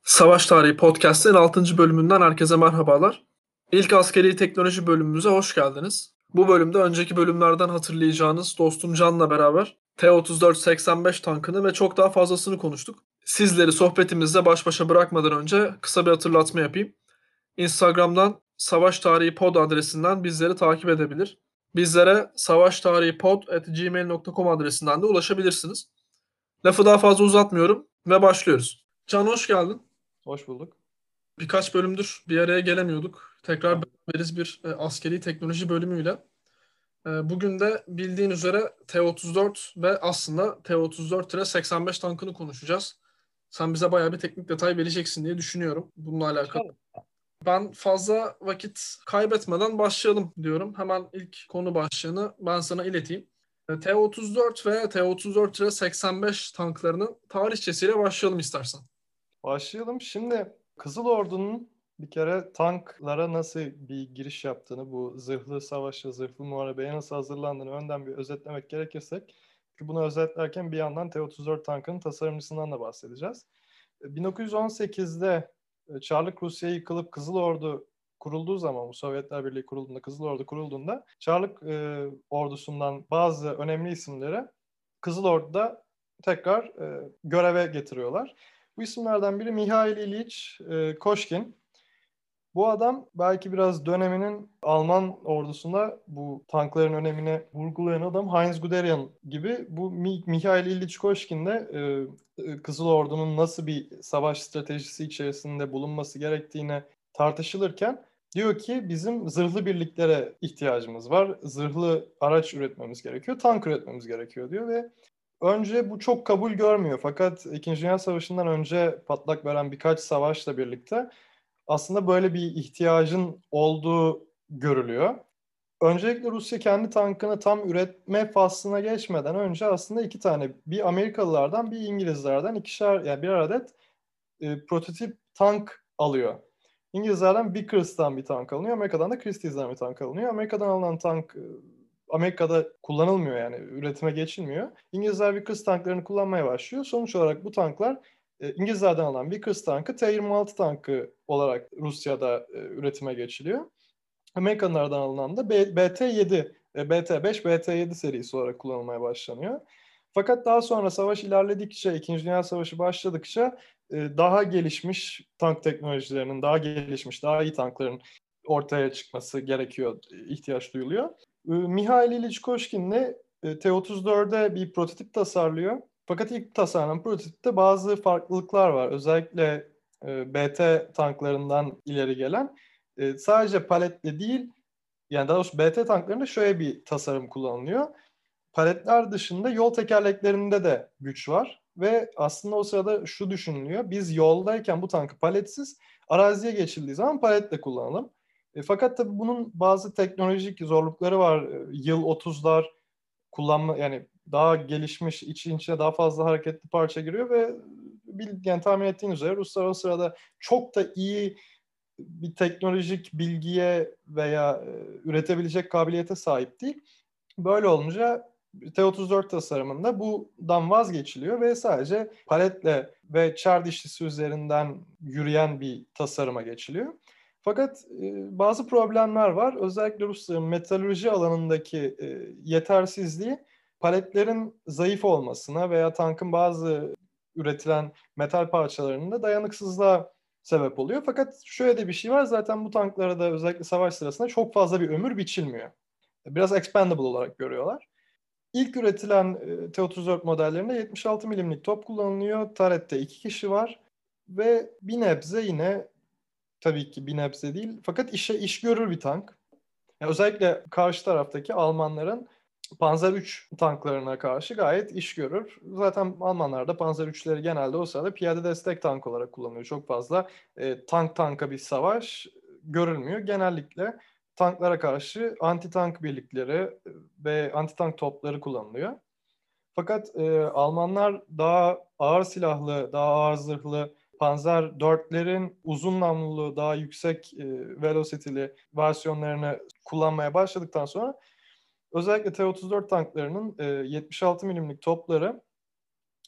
Savaş Tarihi Podcast'ın 6. bölümünden herkese merhabalar. İlk askeri teknoloji bölümümüze hoş geldiniz. Bu bölümde önceki bölümlerden hatırlayacağınız dostum Can'la beraber T-34-85 tankını ve çok daha fazlasını konuştuk. Sizleri sohbetimizle baş başa bırakmadan önce kısa bir hatırlatma yapayım. Instagram'dan Savaş Tarihi Pod adresinden bizleri takip edebilir. Bizlere savaştarihipod@gmail.com adresinden de ulaşabilirsiniz. Lafı daha fazla uzatmıyorum ve başlıyoruz. Can hoş geldin. Hoş bulduk. Birkaç bölümdür bir araya gelemiyorduk. Tekrar beraberiz bir askeri teknoloji bölümüyle. Bugün de bildiğin üzere T-34 ve aslında T-34-85 tankını konuşacağız. Sen bize bayağı bir teknik detay vereceksin diye düşünüyorum bununla alakalı. Konuşalım. Ben fazla vakit kaybetmeden başlayalım diyorum. Hemen ilk konu başlığını ben sana ileteyim. T-34 ve T-34-85 tanklarının tarihçesiyle başlayalım istersen. Başlayalım. Şimdi Kızıl Ordu'nun bir kere tanklara nasıl bir giriş yaptığını, bu zırhlı savaşa, zırhlı muharebeye nasıl hazırlandığını önden bir özetlemek gerekirsek, ki bunu özetlerken bir yandan T-34 tankının tasarımcısından da bahsedeceğiz. 1918'de Çarlık Rusya yıkılıp Kızıl Ordu kurulduğu zaman, bu Sovyetler Birliği kurulduğunda, Kızıl Ordu kurulduğunda Çarlık ordusundan bazı önemli isimleri Kızıl Ordu'da tekrar göreve getiriyorlar. Bu isimlerden biri Mihail İliç Koşkin. Bu adam belki biraz döneminin Alman ordusunda bu tankların önemini vurgulayan adam Heinz Guderian gibi. Bu Mihail İliç Koşkin de Kızıl Ordu'nun nasıl bir savaş stratejisi içerisinde bulunması gerektiğini tartışılırken diyor ki bizim zırhlı birliklere ihtiyacımız var. Zırhlı araç üretmemiz gerekiyor, tank üretmemiz gerekiyor diyor ve önce bu çok kabul görmüyor. Fakat İkinci Dünya Savaşı'ndan önce patlak veren birkaç savaşla birlikte aslında böyle bir ihtiyacın olduğu görülüyor. Öncelikle Rusya kendi tankını tam üretme faslına geçmeden önce aslında iki tane, bir Amerikalılardan bir İngilizlerden ikişer, yani bir adet prototip tank alıyor. İngilizlerden Vickers'tan bir tank alınıyor. Amerika'dan da Christie's'den bir tank alınıyor. Amerika'dan alınan tank Amerika'da kullanılmıyor, yani üretime geçilmiyor. İngilizler Vickers tanklarını kullanmaya başlıyor. Sonuç olarak bu tanklar İngilizlerden alınan Vickers tankı T-26 tankı olarak Rusya'da üretime geçiliyor. Amerikanlardan alınan da BT-7, BT-5, BT-7 serisi olarak kullanılmaya başlanıyor. Fakat daha sonra savaş ilerledikçe, İkinci Dünya Savaşı başladıkça daha gelişmiş tank teknolojilerinin, daha gelişmiş, daha iyi tankların ortaya çıkması gerekiyor, ihtiyaç duyuluyor. Mihail İliç Koşkin de T-34'e bir prototip tasarlıyor. Fakat ilk tasarlanan prototipte bazı farklılıklar var. Özellikle BT tanklarından ileri gelen. Sadece paletle değil, yani daha doğrusu BT tanklarında şöyle bir tasarım kullanılıyor. Paletler dışında yol tekerleklerinde de güç var. Ve aslında o sırada şu düşünülüyor. Biz yoldayken bu tankı paletsiz, araziye geçildiği zaman paletle kullanalım. Fakat tabii bunun bazı teknolojik zorlukları var. Yıl 30'lar kullanma, yani daha gelişmiş, içine daha fazla hareketli parça giriyor ve yani tahmin ettiğin üzere Ruslar o sırada çok da iyi bir teknolojik bilgiye veya üretebilecek kabiliyete sahip değil. Böyle olunca T-34 tasarımında bundan vazgeçiliyor ve sadece paletle ve çer dişlisi üzerinden yürüyen bir tasarıma geçiliyor. Fakat bazı problemler var. Özellikle Rusların metalürji alanındaki yetersizliği paletlerin zayıf olmasına veya tankın bazı üretilen metal parçalarının da dayanıksızlığa sebep oluyor. Fakat şöyle de bir şey var. Zaten bu tanklara da özellikle savaş sırasında çok fazla bir ömür biçilmiyor. Biraz expendable olarak görüyorlar. İlk üretilen T-34 modellerinde 76 milimlik top kullanılıyor. Turret'te 2 kişi var. Ve bir nebze yine, tabii ki bir nebze değil, fakat iş görür bir tank. Yani özellikle karşı taraftaki Almanların Panzer 3 tanklarına karşı gayet iş görür. Zaten Almanlar da Panzer 3'leri genelde o sırada piyade destek tank olarak kullanıyor. Çok fazla tanka bir savaş görülmüyor. Genellikle tanklara karşı anti-tank birlikleri ve anti-tank topları kullanılıyor. Fakat Almanlar daha ağır silahlı, daha ağır zırhlı Panzer 4'lerin uzun namlulu, daha yüksek velocity'li versiyonlarını kullanmaya başladıktan sonra özellikle T-34 tanklarının 76 milimlik topları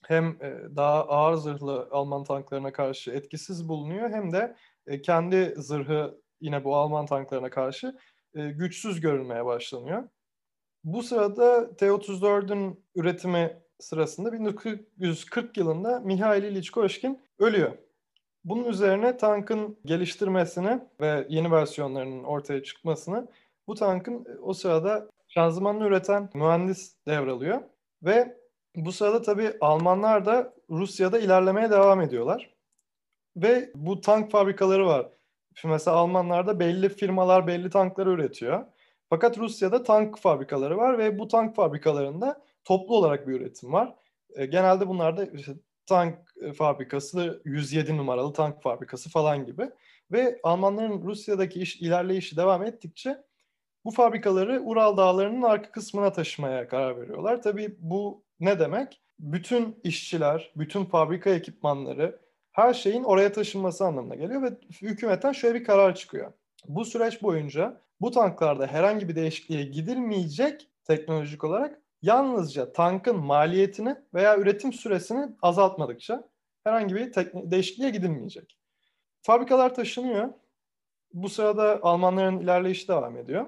hem daha ağır zırhlı Alman tanklarına karşı etkisiz bulunuyor hem de kendi zırhı yine bu Alman tanklarına karşı güçsüz görülmeye başlanıyor. Bu sırada T-34'ün üretimi sırasında 1940 yılında Mihail İliç Koşkin ölüyor. Bunun üzerine tankın geliştirmesini ve yeni versiyonlarının ortaya çıkmasını bu tankın o sırada şanzımanını üreten mühendis devralıyor. Ve bu sırada tabii Almanlar da Rusya'da ilerlemeye devam ediyorlar. Ve bu tank fabrikaları var. Şimdi mesela Almanlar'da belli firmalar belli tankları üretiyor. Fakat Rusya'da tank fabrikaları var ve bu tank fabrikalarında toplu olarak bir üretim var. Genelde bunlarda işte tank fabrikası 107 numaralı tank fabrikası falan gibi. Ve Almanların Rusya'daki ilerleyişi devam ettikçe bu fabrikaları Ural Dağları'nın arka kısmına taşımaya karar veriyorlar. Tabii bu ne demek? Bütün işçiler, bütün fabrika ekipmanları, her şeyin oraya taşınması anlamına geliyor ve hükümetten şöyle bir karar çıkıyor. Bu süreç boyunca bu tanklarda herhangi bir değişikliğe gidilmeyecek teknolojik olarak, yalnızca tankın maliyetini veya üretim süresini azaltmadıkça herhangi bir değişikliğe gidilmeyecek. Fabrikalar taşınıyor. Bu sırada Almanların ilerleyişi devam ediyor.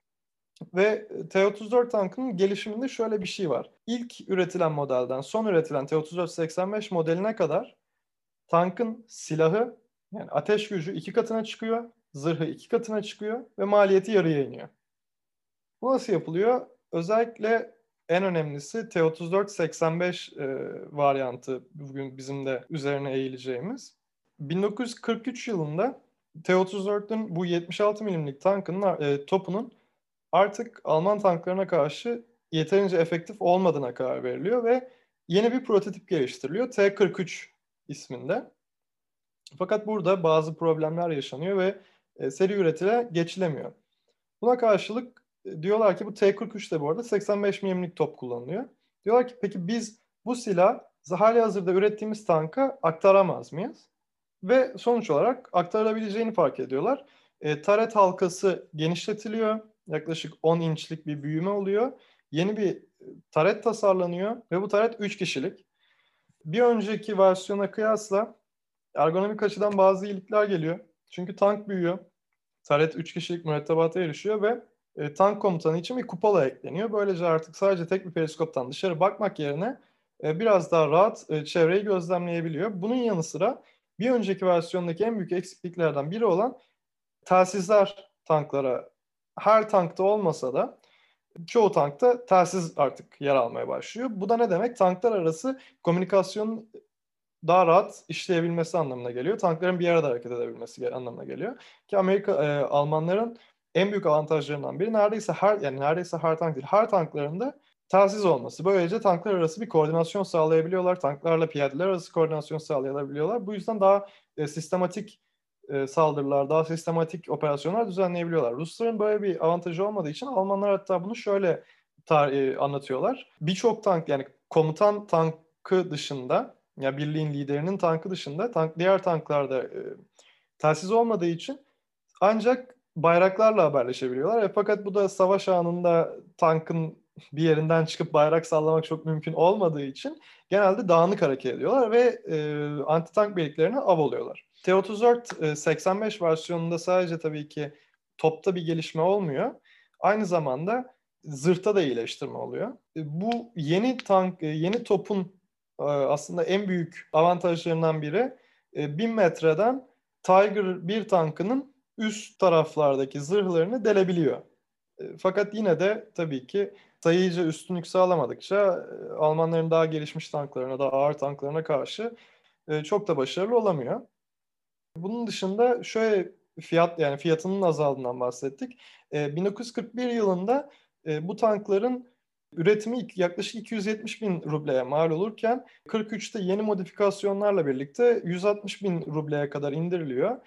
Ve T-34 tankının gelişiminde şöyle bir şey var. İlk üretilen modelden son üretilen T-34-85 modeline kadar tankın silahı, yani ateş gücü 2 katına çıkıyor, zırhı 2 katına çıkıyor ve maliyeti yarıya iniyor. Bu nasıl yapılıyor? Özellikle en önemlisi T-34-85 varyantı, bugün bizim de üzerine eğileceğimiz. 1943 yılında T-34'ün bu 76 milimlik tankının topunun artık Alman tanklarına karşı yeterince efektif olmadığına karar veriliyor ve yeni bir prototip geliştiriliyor. T-43 isminde. Fakat burada bazı problemler yaşanıyor ve seri üretime geçilemiyor. Buna karşılık diyorlar ki bu T-43'te bu arada 85 milimlik top kullanılıyor. Diyorlar ki peki biz bu silah hali hazırda ürettiğimiz tanka aktaramaz mıyız? Ve sonuç olarak aktarılabileceğini fark ediyorlar. Taret halkası genişletiliyor. Yaklaşık 10 inçlik bir büyüme oluyor. Yeni bir taret tasarlanıyor ve bu taret 3 kişilik. Bir önceki versiyona kıyasla ergonomik açıdan bazı iyilikler geliyor. Çünkü tank büyüyor. Taret 3 kişilik mürettebata erişiyor ve tank komutanı için bir kupola ekleniyor. Böylece artık sadece tek bir periskoptan dışarı bakmak yerine biraz daha rahat çevreyi gözlemleyebiliyor. Bunun yanı sıra bir önceki versiyondaki en büyük eksikliklerden biri olan telsizler tanklara, her tankta olmasa da çoğu tankta telsiz artık yer almaya başlıyor. Bu da ne demek? Tanklar arası komünikasyonun daha rahat işleyebilmesi anlamına geliyor. Tankların bir arada hareket edebilmesi anlamına geliyor. Ki Almanların en büyük avantajlarından biri neredeyse her tank değil, her tanklarında telsiz olması. Böylece tanklar arası bir koordinasyon sağlayabiliyorlar. Tanklarla piyadeler arası koordinasyon sağlayabiliyorlar. Bu yüzden daha sistematik saldırılar, daha sistematik operasyonlar düzenleyebiliyorlar. Rusların böyle bir avantajı olmadığı için Almanlar hatta bunu şöyle anlatıyorlar. Birçok tank, yani komutan tankı dışında, ya birliğin liderinin tankı dışında diğer tanklarda telsiz olmadığı için ancak bayraklarla haberleşebiliyorlar. Fakat bu da savaş anında tankın bir yerinden çıkıp bayrak sallamak çok mümkün olmadığı için genelde dağınık hareket ediyorlar ve anti-tank birliklerine av oluyorlar. T-34 85 versiyonunda sadece tabii ki topta bir gelişme olmuyor. Aynı zamanda zırhta da iyileştirme oluyor. Bu yeni tank, yeni topun aslında en büyük avantajlarından biri 1000 metreden Tiger 1 tankının üst taraflardaki zırhlarını delebiliyor. Fakat yine de tabii ki sayıca üstünlük sağlamadıkça Almanların daha gelişmiş tanklarına, daha ağır tanklarına karşı çok da başarılı olamıyor. Bunun dışında şöyle yani fiyatının azaldığından bahsettik. 1941 yılında bu tankların üretimi yaklaşık 270 bin rubleye mal olurken 43'te yeni modifikasyonlarla birlikte 160 bin rubleye kadar indiriliyor.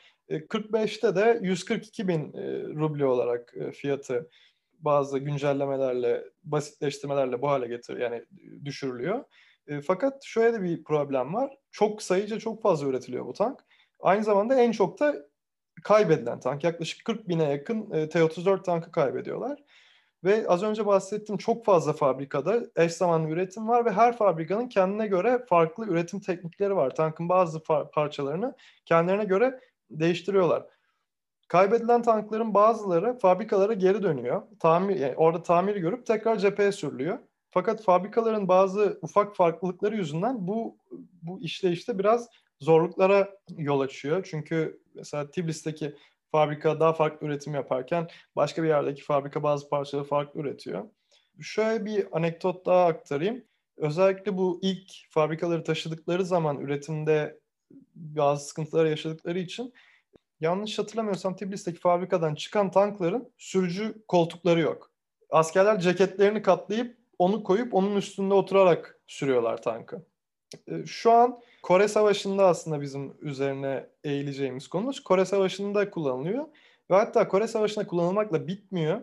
45'te de 142 bin ruble olarak fiyatı bazı güncellemelerle, basitleştirmelerle bu hale yani düşürülüyor. Fakat şöyle de bir problem var. Sayıca çok fazla üretiliyor bu tank. Aynı zamanda en çok da kaybedilen tank. Yaklaşık 40 bine yakın T-34 tankı kaybediyorlar. Ve az önce bahsettiğim çok fazla fabrikada eş zamanlı üretim var ve her fabrikanın kendine göre farklı üretim teknikleri var. Tankın bazı parçalarını kendilerine göre değiştiriyorlar. Kaybedilen tankların bazıları fabrikalara geri dönüyor. Yani orada tamiri görüp tekrar cepheye sürülüyor. Fakat fabrikaların bazı ufak farklılıkları yüzünden bu işleyişte biraz zorluklara yol açıyor. Çünkü mesela Tbilis'teki fabrika daha farklı üretim yaparken başka bir yerdeki fabrika bazı parçaları farklı üretiyor. Şöyle bir anekdot daha aktarayım. Özellikle bu ilk fabrikaları taşıdıkları zaman üretimde bazı sıkıntılar yaşadıkları için, yanlış hatırlamıyorsam Tbilis'teki fabrikadan çıkan tankların sürücü koltukları yok. Askerler ceketlerini katlayıp onu koyup onun üstünde oturarak sürüyorlar tankı. Şu an Kore Savaşı'nda aslında bizim üzerine eğileceğimiz konu. Kore Savaşı'nda kullanılıyor. Ve hatta Kore Savaşı'nda kullanılmakla bitmiyor.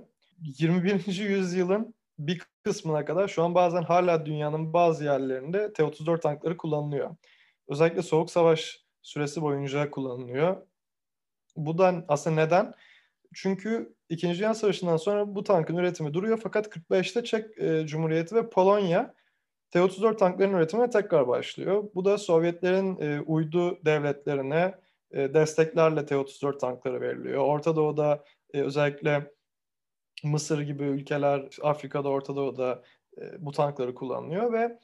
21. yüzyılın bir kısmına kadar şu an bazen hala dünyanın bazı yerlerinde T-34 tankları kullanılıyor. Özellikle Soğuk Savaş süresi boyunca kullanılıyor. Bu da aslında neden? Çünkü İkinci Dünya Savaşı'ndan sonra bu tankın üretimi duruyor, fakat 45'te Çek Cumhuriyeti ve Polonya T-34 tankların üretimine tekrar başlıyor. Bu da Sovyetlerin uydu devletlerine desteklerle T-34 tankları veriliyor. Orta Doğu'da özellikle Mısır gibi ülkeler, Afrika'da, Orta Doğu'da bu tankları kullanılıyor ve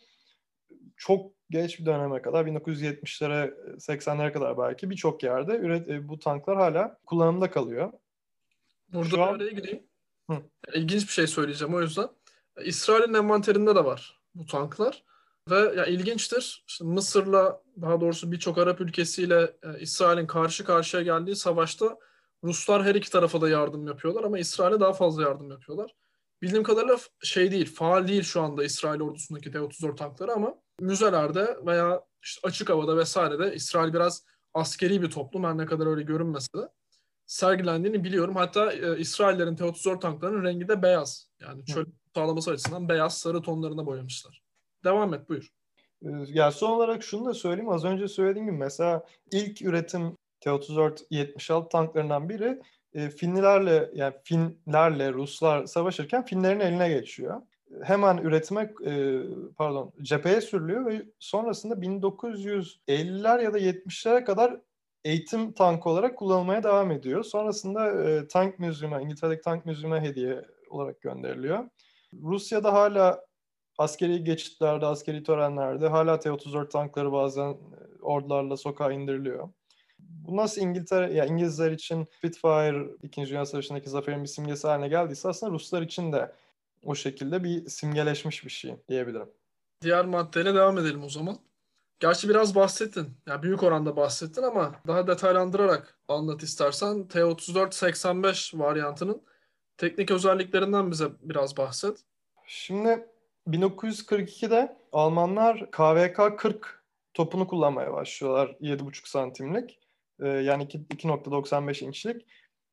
çok geç bir döneme kadar, 1970'lere 80'lere kadar belki birçok yerde bu tanklar hala kullanımda kalıyor. Burada Şu bir an araya gireyim. hı, İlginç bir şey söyleyeceğim o yüzden. İsrail'in envanterinde de var bu tanklar. Ve ya ilginçtir. İşte Mısır'la, daha doğrusu birçok Arap ülkesiyle İsrail'in karşı karşıya geldiği savaşta Ruslar her iki tarafa da yardım yapıyorlar ama İsrail'e daha fazla yardım yapıyorlar. Bildiğim kadarıyla şey değil, faal değil şu anda İsrail ordusundaki T-34 tankları ama müzelerde veya işte açık havada vesairede İsrail biraz askeri bir toplum, her ne kadar öyle görünmese de sergilendiğini biliyorum. Hatta İsraillerin T-34 tanklarının rengi de beyaz. Yani hı. çöl sağlaması açısından beyaz sarı tonlarına boyamışlar. Devam et, buyur. Ya son olarak şunu da söyleyeyim. Az önce söylediğim gibi mesela ilk üretim T-34 76 tanklarından biri Finlerle Ruslar savaşırken Finlerin eline geçiyor. Hemen cepheye sürülüyor ve sonrasında 1950'ler ya da 70'lere kadar eğitim tankı olarak kullanılmaya devam ediyor. Sonrasında İngiltere'deki Tank Müziği'ne hediye olarak gönderiliyor. Rusya'da hala askeri geçitlerde, askeri törenlerde hala T-34 tankları bazen ordularla sokağa indiriliyor. Bu nasıl İngilizler için Spitfire, İkinci Dünya Savaşı'ndaki zaferin bir simgesi haline geldiyse, aslında Ruslar için de o şekilde bir simgeleşmiş bir şey diyebilirim. Diğer maddeyle devam edelim o zaman. Gerçi biraz bahsettin. Ya büyük oranda bahsettin ama daha detaylandırarak anlat istersen. T-34-85 varyantının teknik özelliklerinden bize biraz bahset. Şimdi 1942'de Almanlar KVK-40 topunu kullanmaya başlıyorlar, 7,5 santimlik. Yani 2,95 inçlik.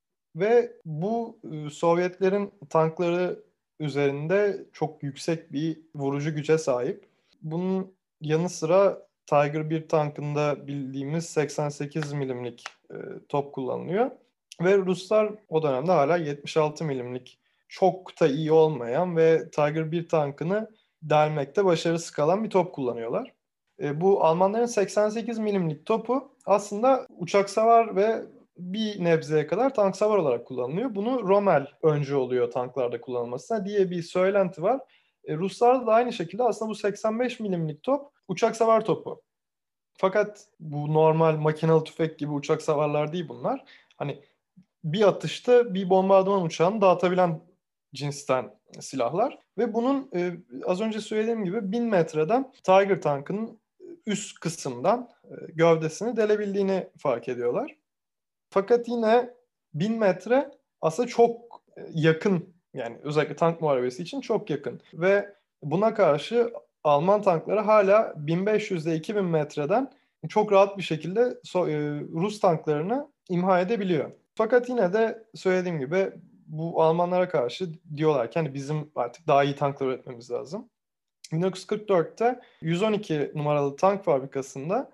Ve bu Sovyetlerin tankları üzerinde çok yüksek bir vurucu güce sahip. Bunun yanı sıra Tiger 1 tankında bildiğimiz 88 milimlik top kullanılıyor. Ve Ruslar o dönemde hala 76 milimlik çok da iyi olmayan ve Tiger 1 tankını delmekte başarısı kalan bir top kullanıyorlar. Bu Almanların 88 milimlik topu aslında uçak savar ve bir nebzeye kadar tank savar olarak kullanılıyor. Bunu Rommel öncü oluyor tanklarda kullanılmasına diye bir söylenti var. Ruslarda da aynı şekilde aslında bu 85 milimlik top uçak savar topu. Fakat bu normal makinalı tüfek gibi uçak savarlar değil bunlar. Hani bir atışta bir bombardıman uçağını dağıtabilen cinsten silahlar. Ve bunun az önce söylediğim gibi 1000 metreden Tiger tankının üst kısımdan gövdesini delebildiğini fark ediyorlar. Fakat yine 1000 metre aslında çok yakın, yani özellikle tank muharebesi için çok yakın. Ve buna karşı Alman tankları hala 1500 ile 2000 metreden çok rahat bir şekilde Rus tanklarını imha edebiliyor. Fakat yine de söylediğim gibi bu Almanlara karşı diyorlar ki hani bizim artık daha iyi tanklar üretmemiz lazım. 1944'te 112 numaralı tank fabrikasında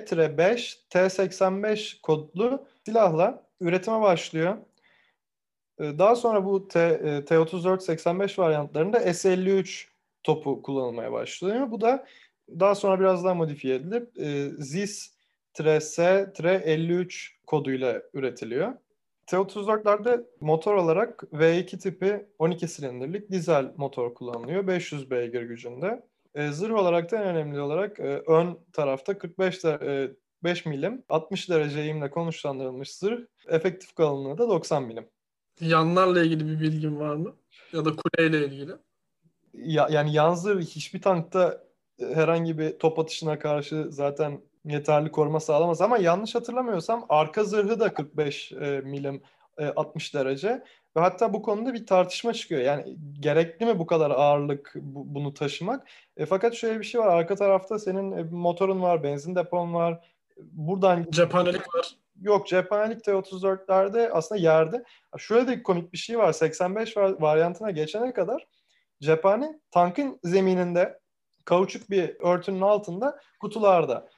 D-5 T-85 kodlu silahla üretime başlıyor. Daha sonra bu T-34-85 varyantlarında S-53 topu kullanılmaya başlanıyor. Bu da daha sonra biraz daha modifiye edilip ZIS-S-53 koduyla üretiliyor. T-34'lerde motor olarak V2 tipi 12 silindirlik dizel motor kullanılıyor. 500 beygir gücünde. Zırh olarak da en önemli olarak ön tarafta 5 milim 60 derece eğimle konuşlandırılmış zırh. Efektif kalınlığı da 90 milim. Yanlarla ilgili bir bilgin var mı? Ya da kuleyle ilgili. Yani yan zırh hiçbir tankta herhangi bir top atışına karşı zaten yeterli koruma sağlamaz ama yanlış hatırlamıyorsam arka zırhı da 45 milim 60 derece ve hatta bu konuda bir tartışma çıkıyor. Yani gerekli mi bu kadar ağırlık bunu taşımak? Fakat şöyle bir şey var. Arka tarafta senin motorun var, benzin depon var. Buradan Cephanelik var. yok, cephanelik T-34'lerde aslında yerde. Şöyle de komik bir şey var. 85 varyantına geçene kadar cephane tankın zemininde kauçuk bir örtünün altında kutularda.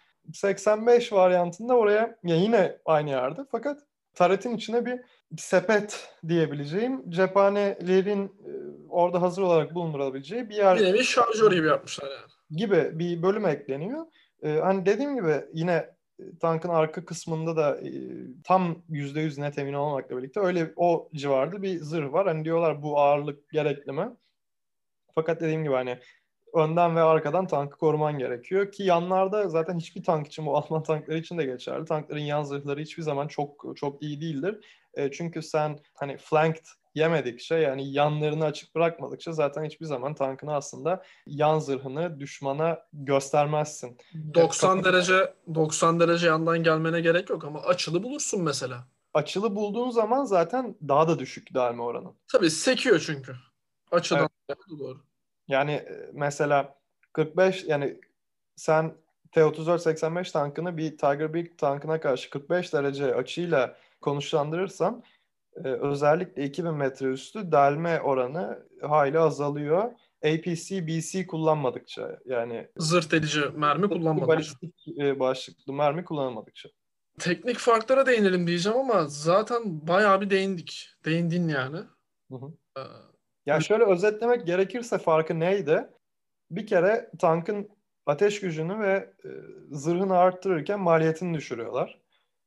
85 varyantında oraya ya yine aynı yerde fakat taretin içine bir sepet diyebileceğim cephanelerin orada hazır olarak bulundurabileceği bir Bir yer nevi şarjör gibi yapmışlar yani. gibi bir bölüm ekleniyor. Hani dediğim gibi yine tankın arka kısmında da tam %100 net emin olmamakla birlikte öyle o civarda bir zırh var. Hani diyorlar bu ağırlık gerekli mi? Fakat dediğim gibi hani önden ve arkadan tankı koruman gerekiyor ki yanlarda zaten hiçbir tank için bu Alman tankları için de geçerli. Tankların yan zırhları hiçbir zaman çok çok iyi değildir. Çünkü sen hani flanked yemedikçe yani yanlarını açık bırakmadıkça zaten hiçbir zaman tankını aslında yan zırhını düşmana göstermezsin. Yani 90 derece 90 derece yandan gelmene gerek yok ama açılı bulursun mesela. açılı bulduğun zaman zaten daha da düşük delme oranı. Tabii sekiyor çünkü. Evet. Açıdan doğru. Yani mesela 45 yani sen T-34-85 tankını bir Tiger Big tankına karşı 45 derece açıyla konuşlandırırsan özellikle 2000 metre üstü delme oranı hayli azalıyor. APC, BC kullanmadıkça yani Zırt edici mermi kullanmadıkça. balistik başlıklı mermi kullanmadıkça. Teknik farklara değinelim diyeceğim ama zaten bayağı bir değindik. Değindin yani. Hı hı. Ee, Yani şöyle özetlemek gerekirse farkı neydi? Bir kere tankın ateş gücünü ve zırhını arttırırken maliyetini düşürüyorlar.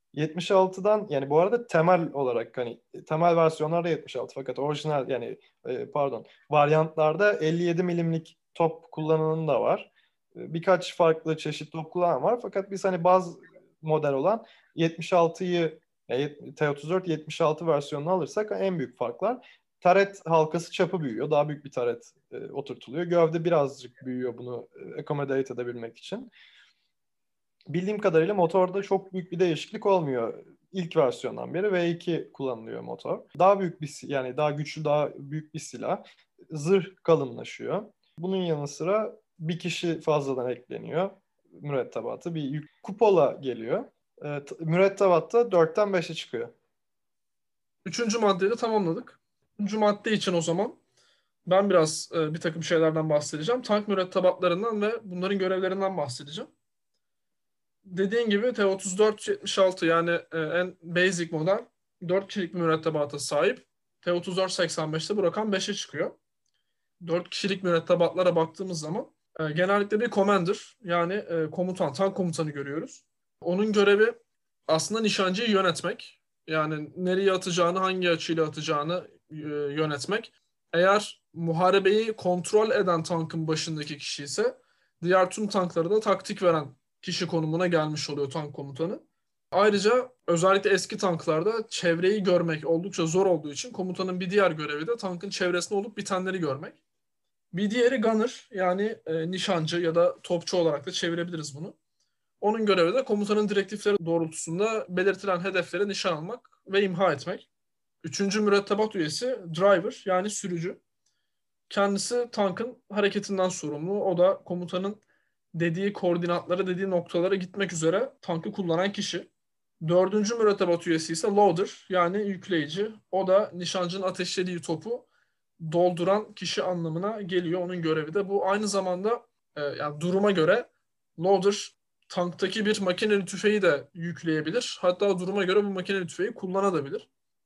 76'dan yani bu arada temel olarak hani temel versiyonlarda 76 fakat orijinal yani pardon varyantlarda 57 milimlik top kullananın da var. Birkaç farklı çeşit top kullanan var fakat biz hani baz model olan 76'yı T-34 76 versiyonunu alırsak en büyük farklar taret halkası çapı büyüyor. Daha büyük bir taret oturtuluyor. Gövde birazcık büyüyor bunu accommodate edebilmek için. Bildiğim kadarıyla motorda çok büyük bir değişiklik olmuyor. İlk versiyondan beri V2 kullanılıyor motor. Daha büyük bir yani daha güçlü, daha büyük bir silah. Zırh kalınlaşıyor. Bunun yanı sıra bir kişi fazladan ekleniyor. Mürettebatı bir yük. Kupola geliyor. Mürettebatta 4'ten 5'e çıkıyor. Üçüncü maddeyi de tamamladık. Üçüncü madde için o zaman ben biraz bir takım şeylerden bahsedeceğim. Tank mürettebatlarından ve bunların görevlerinden bahsedeceğim. Dediğin gibi T-34-76 yani en basic model 4 kişilik bir mürettebata sahip. T-34-85'te bu rakam 5'e çıkıyor. 4 kişilik mürettebatlara baktığımız zaman genellikle bir commander yani komutan, tank komutanı görüyoruz. Onun görevi aslında nişancıyı yönetmek. Yani nereye atacağını, hangi açıyla atacağını yönetmek. Eğer muharebeyi kontrol eden tankın başındaki kişi ise diğer tüm tanklara da taktik veren kişi konumuna gelmiş oluyor tank komutanı. Ayrıca özellikle eski tanklarda çevreyi görmek oldukça zor olduğu için komutanın bir diğer görevi de tankın çevresinde olup bitenleri görmek. Bir diğeri gunner yani nişancı ya da topçu olarak da çevirebiliriz bunu. Onun görevi de komutanın direktifleri doğrultusunda belirtilen hedeflere nişan almak ve imha etmek. Üçüncü mürettebat üyesi driver yani sürücü. Kendisi tankın hareketinden sorumlu. O da komutanın dediği koordinatlara, dediği noktalara gitmek üzere tankı kullanan kişi. Dördüncü mürettebat üyesi ise loader yani yükleyici. O da nişancının ateşlediği topu dolduran kişi anlamına geliyor. Onun görevi de bu. Aynı zamanda yani duruma göre loader tanktaki bir makineli tüfeği de yükleyebilir. Hatta duruma göre bu makineli tüfeği kullanabilir.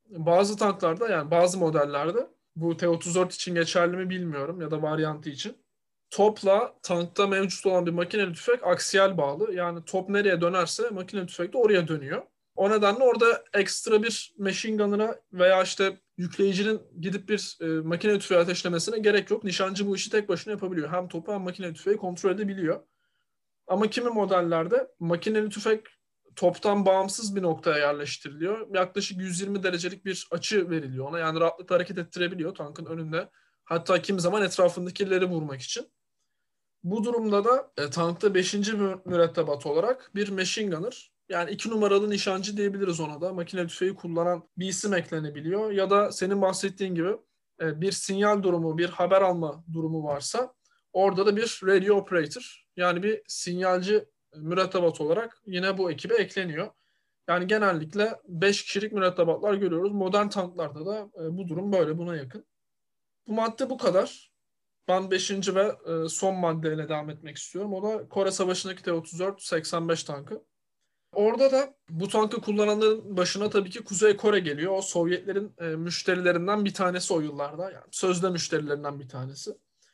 bazı tanklarda yani bazı modellerde bu T-34 için geçerli mi bilmiyorum ya da varyantı için. Topla tankta mevcut olan bir makineli tüfek aksiyel bağlı. Yani top nereye dönerse makineli tüfek de oraya dönüyor. O nedenle orada ekstra bir machine gunner'a veya işte yükleyicinin gidip bir makineli tüfeği ateşlemesine gerek yok. Nişancı bu işi tek başına yapabiliyor. Hem topu hem makineli tüfeği kontrol edebiliyor. Ama kimi modellerde makineli tüfek toptan bağımsız bir noktaya yerleştiriliyor. Yaklaşık 120 derecelik bir açı veriliyor ona. Yani rahatlıkla hareket ettirebiliyor tankın önünde. Hatta kimi zaman etrafındakileri vurmak için. Bu durumda da tankta 5. mürettebat olarak bir machine gunner, yani 2 numaralı nişancı diyebiliriz ona da. Makine tüfeği kullanan bir isim eklenebiliyor. Ya da senin bahsettiğin gibi bir sinyal durumu, bir haber alma durumu varsa orada da bir radio operator, yani bir sinyalci mürettebat olarak yine bu ekibe ekleniyor. Yani genellikle 5 kişilik mürettebatlar görüyoruz. Modern tanklarda da bu durum böyle, buna yakın. Bu madde bu kadar. Ben 5. ve son maddeyle devam etmek istiyorum. O da Kore Savaşı'ndaki T-34-85 tankı. Orada da bu tankı kullananların başına tabii ki Kuzey Kore geliyor. O Sovyetlerin müşterilerinden bir tanesi o yıllarda. Yani sözde müşterilerinden bir tanesi.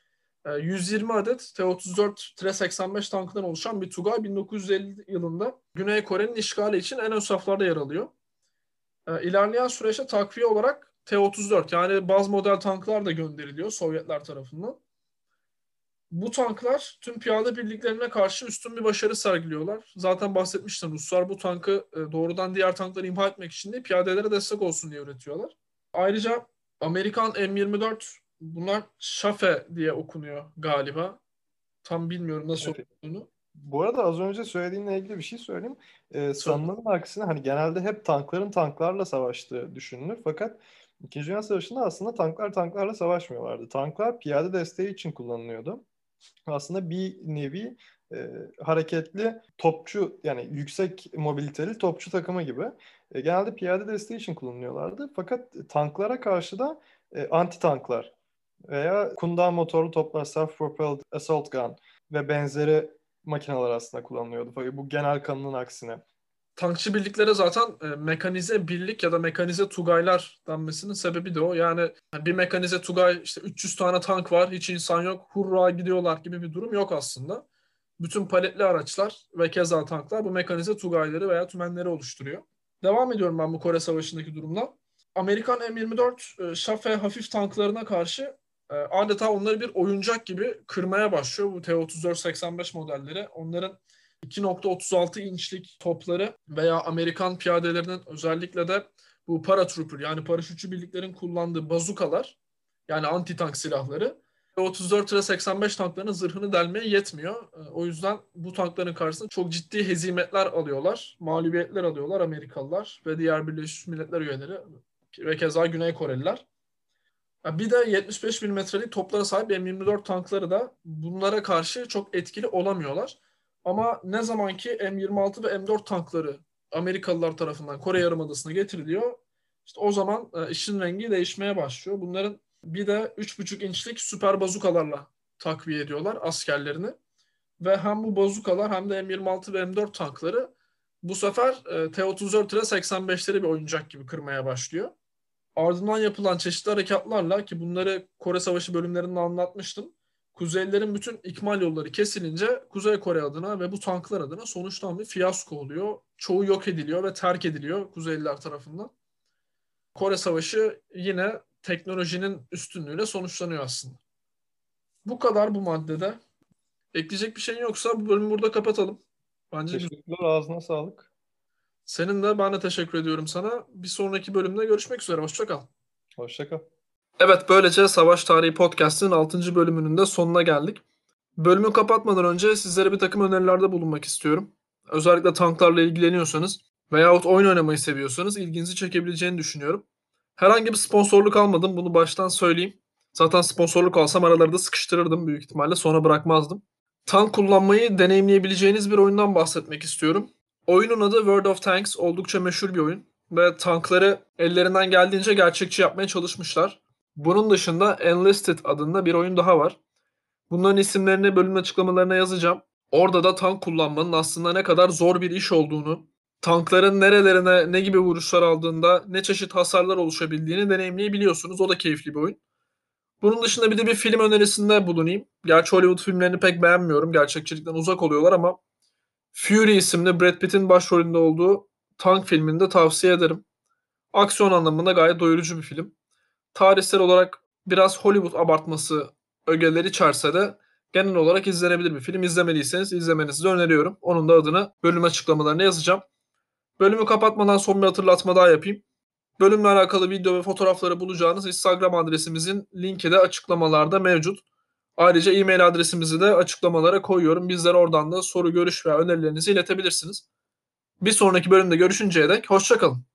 120 adet T-34-85 tankından oluşan bir Tugay 1950 yılında Güney Kore'nin işgali için en ön saflarda yer alıyor. İlerleyen süreçte takviye olarak T-34, yani baz model tanklar da gönderiliyor Sovyetler tarafından. Bu tanklar tüm piyade birliklerine karşı üstün bir başarı sergiliyorlar. Zaten bahsetmiştim, Ruslar bu tankı doğrudan diğer tankları imha etmek için değil, piyadelere destek olsun diye üretiyorlar. Ayrıca Amerikan M24, bunlar Şafe diye okunuyor galiba. Tam bilmiyorum nasıl Evet. okuduğunu. Bu arada az önce söylediğinle ilgili bir şey söyleyeyim. Söyle. Sanılanın aksine hani genelde hep tankların tanklarla savaştığı düşünülür. Fakat İkinci Dünya Savaşı'nda aslında tanklar tanklarla savaşmıyorlardı. Tanklar piyade desteği için kullanılıyordu. Aslında bir nevi hareketli topçu, yani yüksek mobiliteli topçu takımı gibi. Genelde piyade desteği için kullanılıyorlardı. Fakat tanklara karşı da anti tanklar veya kundağı motorlu toplar, self-propelled assault gun ve benzeri makineler aslında kullanılıyordu. Fakat bu genel kanının aksine. Tankçı birliklere zaten mekanize birlik ya da mekanize tugaylar denmesinin sebebi de o. Yani bir mekanize tugay, işte 300 tane tank var, hiç insan yok, hurra gidiyorlar gibi bir durum yok aslında. Bütün paletli araçlar ve keza tanklar bu mekanize tugayları veya tümenleri oluşturuyor. Devam ediyorum ben bu Kore Savaşı'ndaki durumla. Amerikan M24 Şafe hafif tanklarına karşı adeta onları bir oyuncak gibi kırmaya başlıyor bu T-34-85 modelleri. Onların 2.36 inçlik topları veya Amerikan piyadelerinin özellikle de bu paratrooper, yani paraşütçü birliklerin kullandığı bazukalar, yani anti tank silahları 34-85 tanklarının zırhını delmeye yetmiyor. O yüzden bu tankların karşısında çok ciddi hezimetler alıyorlar, mağlubiyetler alıyorlar Amerikalılar ve diğer Birleşmiş Milletler üyeleri ve keza Güney Koreliler. Bir de 75 milimetrelik toplara sahip M24 tankları da bunlara karşı çok etkili olamıyorlar. Ama ne zaman ki M26 ve M4 tankları Amerikalılar tarafından Kore Yarımadası'na getiriliyor, işte o zaman işin rengi değişmeye başlıyor. Bunların bir de 3,5 inçlik süper bazukalarla takviye ediyorlar askerlerini. Ve hem bu bazukalar hem de M26 ve M4 tankları bu sefer T-34 ile 85'leri bir oyuncak gibi kırmaya başlıyor. Ardından yapılan çeşitli harekatlarla, ki bunları Kore Savaşı bölümlerinde anlatmıştım, Kuzeylilerin bütün ikmal yolları kesilince Kuzey Kore adına ve bu tanklar adına sonuçtan bir fiyasko oluyor. Çoğu yok ediliyor ve terk ediliyor Kuzeyliler tarafından. Kore Savaşı yine teknolojinin üstünlüğüyle sonuçlanıyor aslında. Bu kadar bu maddede. Ekleyecek bir şeyin yoksa bu bölümü burada kapatalım. Bence güzel. Teşekkürler, ağzına sağlık. Senin de, ben de teşekkür ediyorum sana. Bir sonraki bölümde görüşmek üzere. Hoşça kal. Hoşça kal. Evet, böylece Savaş Tarihi Podcast'ın 6. bölümünün de sonuna geldik. Bölümü kapatmadan önce sizlere bir takım önerilerde bulunmak istiyorum. Özellikle tanklarla ilgileniyorsanız veyahut oyun oynamayı seviyorsanız ilginizi çekebileceğini düşünüyorum. Herhangi bir sponsorluk almadım, bunu baştan söyleyeyim. Zaten sponsorluk alsam aralarda sıkıştırırdım büyük ihtimalle, sonra bırakmazdım. Tank kullanmayı deneyimleyebileceğiniz bir oyundan bahsetmek istiyorum. Oyunun adı World of Tanks, oldukça meşhur bir oyun ve tankları ellerinden geldiğince gerçekçi yapmaya çalışmışlar. Bunun dışında Enlisted adında bir oyun daha var. Bunların isimlerini bölüm açıklamalarına yazacağım. Orada da tank kullanmanın aslında ne kadar zor bir iş olduğunu, tankların nerelerine ne gibi vuruşlar aldığında ne çeşit hasarlar oluşabildiğini deneyimleyebiliyorsunuz. O da keyifli bir oyun. Bunun dışında bir de bir film önerisinde bulunayım. Gerçi Hollywood filmlerini pek beğenmiyorum. Gerçekçilikten uzak oluyorlar ama Fury isimli Brad Pitt'in başrolünde olduğu tank filmini de tavsiye ederim. Aksiyon anlamında gayet doyurucu bir film. Tarihsel olarak biraz Hollywood abartması ögeleri içerse de genel olarak izlenebilir bir film. İzlemediyseniz izlemenizi de öneriyorum. Onun da adını bölüm açıklamalarına yazacağım. Bölümü kapatmadan son bir hatırlatma daha yapayım. Bölümle alakalı video ve fotoğrafları bulacağınız Instagram adresimizin linki de açıklamalarda mevcut. Ayrıca e-mail adresimizi de açıklamalara koyuyorum. Bizlere oradan da soru, görüş veya önerilerinizi iletebilirsiniz. Bir sonraki bölümde görüşünceye dek hoşça kalın.